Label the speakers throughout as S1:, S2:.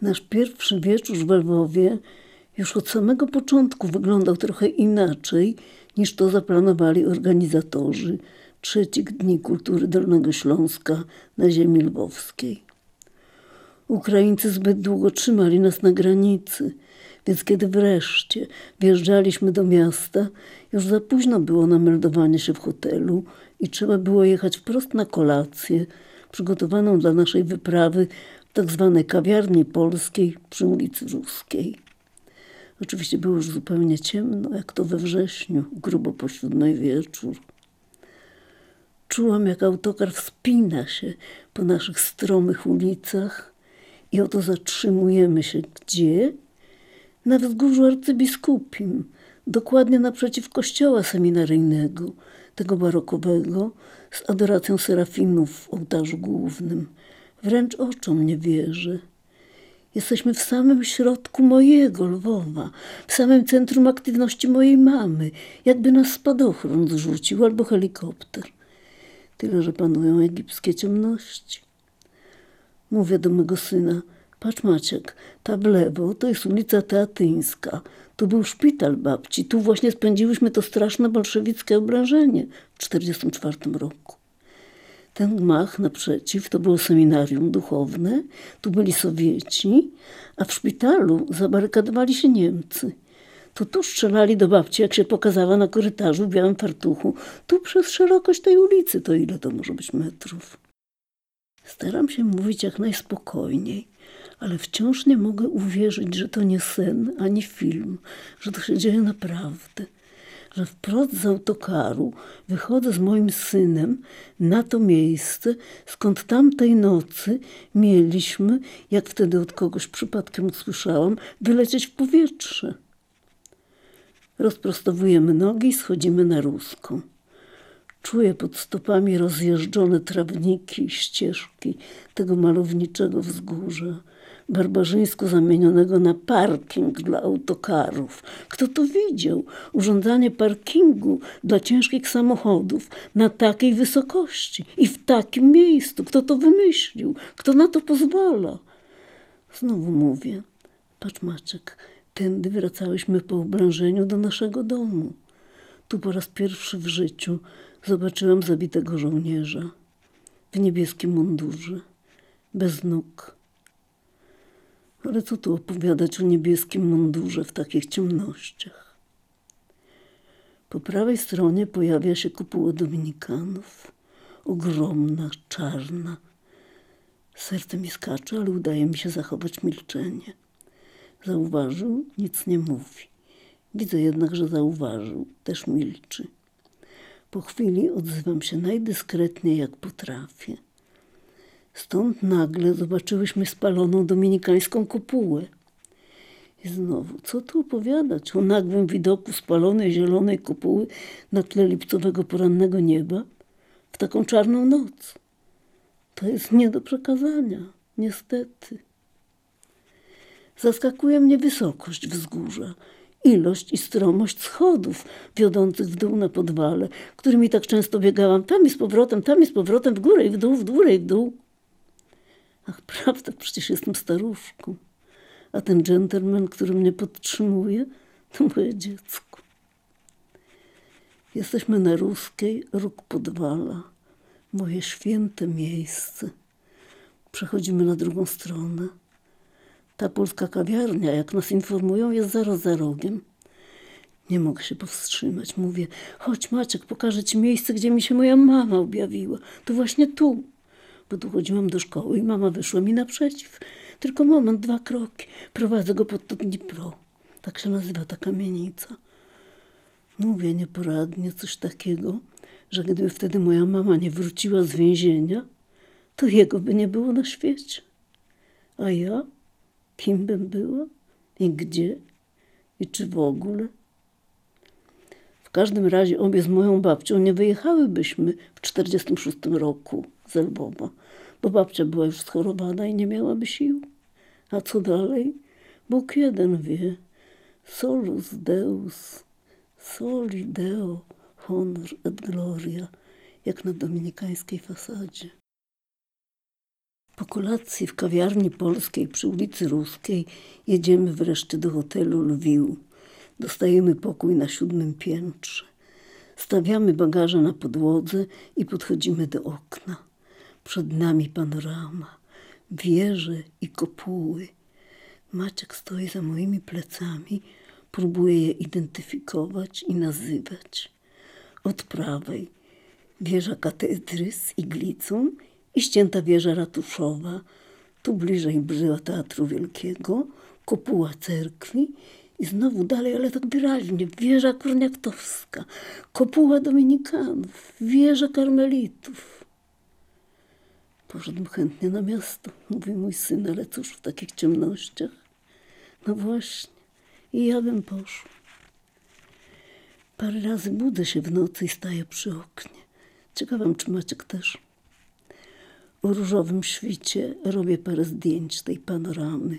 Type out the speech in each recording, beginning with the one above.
S1: Nasz pierwszy wieczór w Lwowie już od samego początku wyglądał trochę inaczej niż to zaplanowali organizatorzy trzecich Dni Kultury Dolnego Śląska na ziemi lwowskiej. Ukraińcy zbyt długo trzymali nas na granicy, więc kiedy wreszcie wjeżdżaliśmy do miasta, już za późno było na meldowanie się w hotelu i trzeba było jechać wprost na kolację przygotowaną dla naszej wyprawy w tak zwanej kawiarni polskiej przy ulicy Ruskiej. Oczywiście było już zupełnie ciemno, jak to we wrześniu, grubo po 7 wieczór. Czułam, jak autokar wspina się po naszych stromych ulicach i oto zatrzymujemy się gdzie? Na wzgórzu arcybiskupim, dokładnie naprzeciw kościoła seminaryjnego, tego barokowego, z adoracją serafinów w ołtarzu głównym. Wręcz oczom nie wierzę. Jesteśmy w samym środku mojego Lwowa, w samym centrum aktywności mojej mamy, jakby nas spadochron zrzucił albo helikopter. Tyle, że panują egipskie ciemności. Mówię do mego syna: patrz Maciek, ta w lewo to jest ulica Teatyńska. Tu był szpital babci, tu właśnie spędziłyśmy to straszne bolszewickie oblężenie w 1944 roku. Ten gmach naprzeciw to było seminarium duchowne, tu byli Sowieci, a w szpitalu zabarykadowali się Niemcy. To tu strzelali do babci, jak się pokazała na korytarzu w białym fartuchu. Tu przez szerokość tej ulicy, to ile to może być metrów? Staram się mówić jak najspokojniej, ale wciąż nie mogę uwierzyć, że to nie sen ani film, że to się dzieje naprawdę. Że wprost z autokaru wychodzę z moim synem na to miejsce, skąd tamtej nocy mieliśmy, jak wtedy od kogoś przypadkiem usłyszałam, wylecieć w powietrze. Rozprostowujemy nogi i schodzimy na Ruską. Czuję pod stopami rozjeżdżone trawniki i ścieżki tego malowniczego wzgórza, barbarzyńsko zamienionego na parking dla autokarów. Kto to widział? Urządzanie parkingu dla ciężkich samochodów na takiej wysokości i w takim miejscu. Kto to wymyślił? Kto na to pozwala? Znowu mówię: patrz Maciek, tędy wracałyśmy po oblężeniu do naszego domu. Tu po raz pierwszy w życiu zobaczyłam zabitego żołnierza w niebieskim mundurze, bez nóg. Ale co tu opowiadać o niebieskim mundurze w takich ciemnościach? Po prawej stronie pojawia się kopuła dominikanów. Ogromna, czarna. Serce mi skacze, ale udaje mi się zachować milczenie. Zauważył, nic nie mówi. Widzę jednak, że zauważył, też milczy. Po chwili odzywam się najdyskretniej, jak potrafię. Stąd nagle zobaczyłyśmy spaloną dominikańską kopułę. I znowu, co tu opowiadać o nagłym widoku spalonej zielonej kopuły na tle lipcowego porannego nieba w taką czarną noc? To jest nie do przekazania, niestety. Zaskakuje mnie wysokość wzgórza, ilość i stromość schodów wiodących w dół na podwale, którymi tak często biegałam tam i z powrotem, w górę i w dół, w górę i w dół. Ach, prawda, przecież jestem staruszką, a ten dżentelmen, który mnie podtrzymuje, to moje dziecko. Jesteśmy na Ruskiej, róg Podwala, moje święte miejsce. Przechodzimy na drugą stronę. Ta polska kawiarnia, jak nas informują, jest zaraz za rogiem. Nie mogę się powstrzymać. Mówię: chodź Maciek, pokażę ci miejsce, gdzie mi się moja mama objawiła. To właśnie tu. Bo tu chodziłam do szkoły i mama wyszła mi naprzeciw. Tylko moment, 2 kroki. Prowadzę go pod to Dnipro. Tak się nazywa ta kamienica. Mówię nieporadnie coś takiego, że gdyby wtedy moja mama nie wróciła z więzienia, to jego by nie było na świecie. A ja? Kim bym była? I gdzie? I czy w ogóle? W każdym razie obie z moją babcią nie wyjechałybyśmy w 1946 roku z Lwowa, bo babcia była już schorowana i nie miałaby sił. A co dalej? Bóg jeden wie. Solus Deus, soli Deo, honor et gloria, jak na dominikańskiej fasadzie. Po kolacji w kawiarni polskiej przy ulicy Ruskiej jedziemy wreszcie do hotelu Lwiw. Dostajemy pokój na 7. piętrze. Stawiamy bagaże na podłodze i podchodzimy do okna. Przed nami panorama, wieże i kopuły. Maciek stoi za moimi plecami, próbuje je identyfikować i nazywać. Od prawej wieża katedry z iglicą i ścięta wieża ratuszowa, tu bliżej bryła Teatru Wielkiego, kopuła cerkwi i znowu dalej, ale tak wyraźnie, wieża korniaktowska, kopuła dominikanów, wieża karmelitów. Poszedłem chętnie na miasto, mówi mój syn, ale cóż w takich ciemnościach? No właśnie, i ja bym poszła. Parę razy budzę się w nocy i staję przy oknie. Ciekawam, czy Maciek też. O różowym świcie robię parę zdjęć tej panoramy.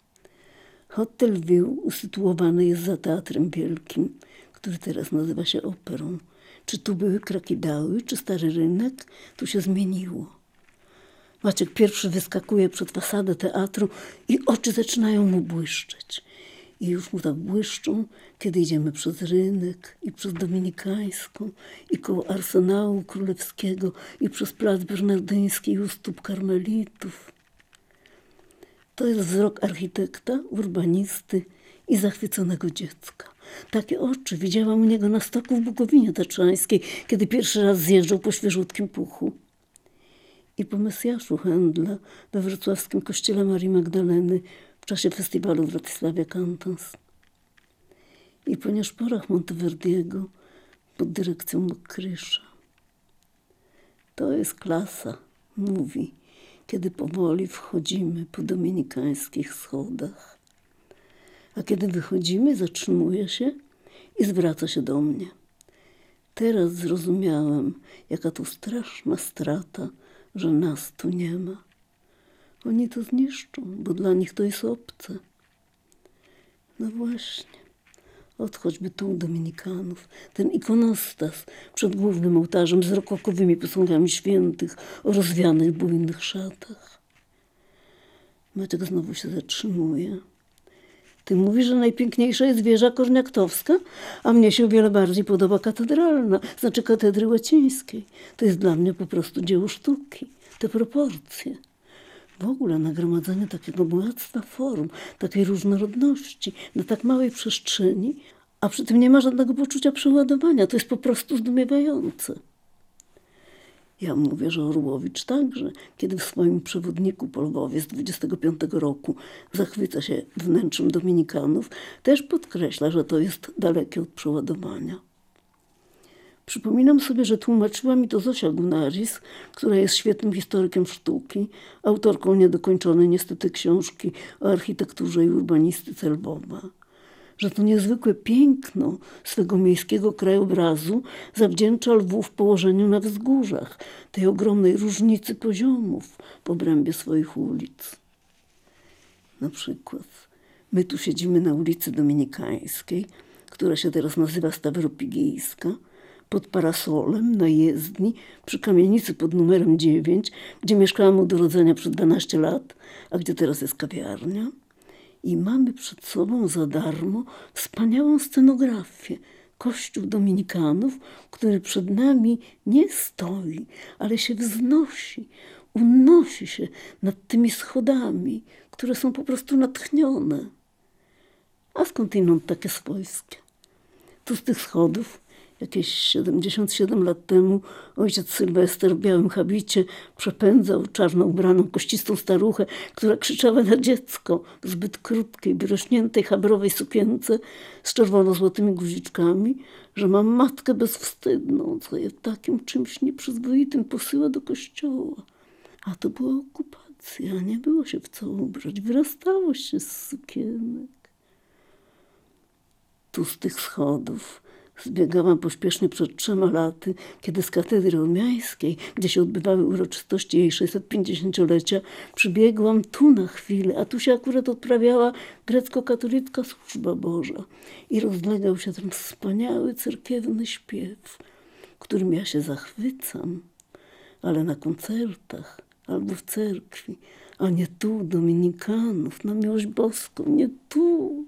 S1: Hotel Lwiw usytuowany jest za Teatrem Wielkim, który teraz nazywa się Operą. Czy tu były krakidały, czy Stary Rynek? Tu się zmieniło. Maciek pierwszy wyskakuje przed fasadę teatru i oczy zaczynają mu błyszczeć. I już mu tak błyszczą, kiedy idziemy przez Rynek i przez Dominikańską i koło Arsenału Królewskiego i przez Plac Bernardyński u stóp karmelitów. To jest wzrok architekta, urbanisty i zachwyconego dziecka. Takie oczy widziałam u niego na stoku w Bukowinie Tatrzańskiej, kiedy pierwszy raz zjeżdżał po świeżutkim puchu. I po Mesjaszu Händla we wrocławskim kościele Marii Magdaleny w czasie festiwalu Wrocławia Cantons. I po nieszporach Monteverdiego pod dyrekcją Krysza. To jest klasa, mówi, kiedy powoli wchodzimy po dominikańskich schodach. A kiedy wychodzimy, zatrzymuje się i zwraca się do mnie. Teraz zrozumiałem, jaka to straszna strata, że nas tu nie ma. Oni to zniszczą, bo dla nich to jest obce. No właśnie, od choćby tu dominikanów, ten ikonostas przed głównym ołtarzem z rokokowymi posągami świętych o rozwianych, bujnych szatach. Maciek znowu się zatrzymuje. Ty mówisz, że najpiękniejsza jest wieża korniaktowska, a mnie się o wiele bardziej podoba katedralna, znaczy katedry łacińskiej. To jest dla mnie po prostu dzieło sztuki, te proporcje. W ogóle nagromadzenie takiego bogactwa form, takiej różnorodności na tak małej przestrzeni, a przy tym nie ma żadnego poczucia przeładowania. To jest po prostu zdumiewające. Ja mówię, że Orłowicz także, kiedy w swoim przewodniku po Lwowie z 25 roku zachwyca się wnętrzem dominikanów, też podkreśla, że to jest dalekie od przeładowania. Przypominam sobie, że tłumaczyła mi to Zosia Gunaris, która jest świetnym historykiem sztuki, autorką niedokończonej niestety książki o architekturze i urbanistyce Lwowa. Że to niezwykłe piękno swego miejskiego krajobrazu zawdzięcza Lwów położeniu na wzgórzach, tej ogromnej różnicy poziomów w obrębie swoich ulic. Na przykład my tu siedzimy na ulicy Dominikańskiej, która się teraz nazywa Stawropigijska, pod parasolem na jezdni przy kamienicy pod numerem 9, gdzie mieszkałam od urodzenia przez 12 lat, a gdzie teraz jest kawiarnia. I mamy przed sobą za darmo wspaniałą scenografię. Kościół dominikanów, który przed nami nie stoi, ale się wznosi, unosi się nad tymi schodami, które są po prostu natchnione. A skądinąd takie swojskie? Tu z tych schodów jakieś 77 lat temu ojciec Sylwester w białym habicie przepędzał czarno ubraną, kościstą staruchę, która krzyczała na dziecko w zbyt krótkiej, wyrośniętej habrowej sukience z czerwono-złotymi guziczkami, że mam matkę bezwstydną, co je takim czymś nieprzyzwoitym posyła do kościoła. A to była okupacja, nie było się w co ubrać, wyrastało się z sukienek. Tu z tych schodów zbiegałam pośpiesznie przed 3 laty, kiedy z katedry ormiańskiej, gdzie się odbywały uroczystości jej 650-lecia, przybiegłam tu na chwilę, a tu się akurat odprawiała grecko-katolicka służba Boża i rozlegał się ten wspaniały cerkiewny śpiew, którym ja się zachwycam, ale na koncertach albo w cerkwi, a nie tu, dominikanów, na miłość boską, nie tu.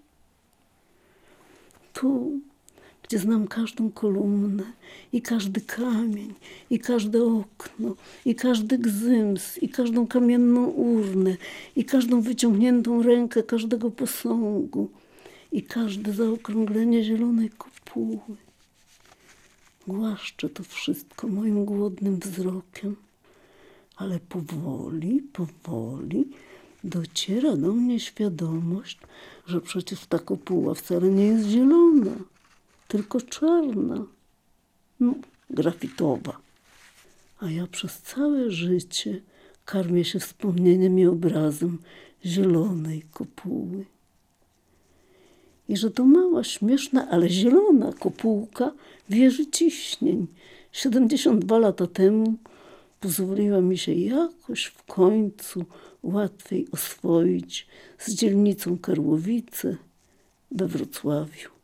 S1: Tu, gdzie znam każdą kolumnę i każdy kamień, i każde okno, i każdy gzyms, i każdą kamienną urnę, i każdą wyciągniętą rękę każdego posągu, i każde zaokrąglenie zielonej kopuły. Głaszczę to wszystko moim głodnym wzrokiem, ale powoli, powoli dociera do mnie świadomość, że przecież ta kopuła wcale nie jest zielona, tylko czarna, grafitowa. A ja przez całe życie karmię się wspomnieniem i obrazem zielonej kopuły. I że to mała, śmieszna, ale zielona kopułka wieży ciśnień. 72 lata temu pozwoliła mi się jakoś w końcu łatwiej oswoić z dzielnicą Karłowice we Wrocławiu.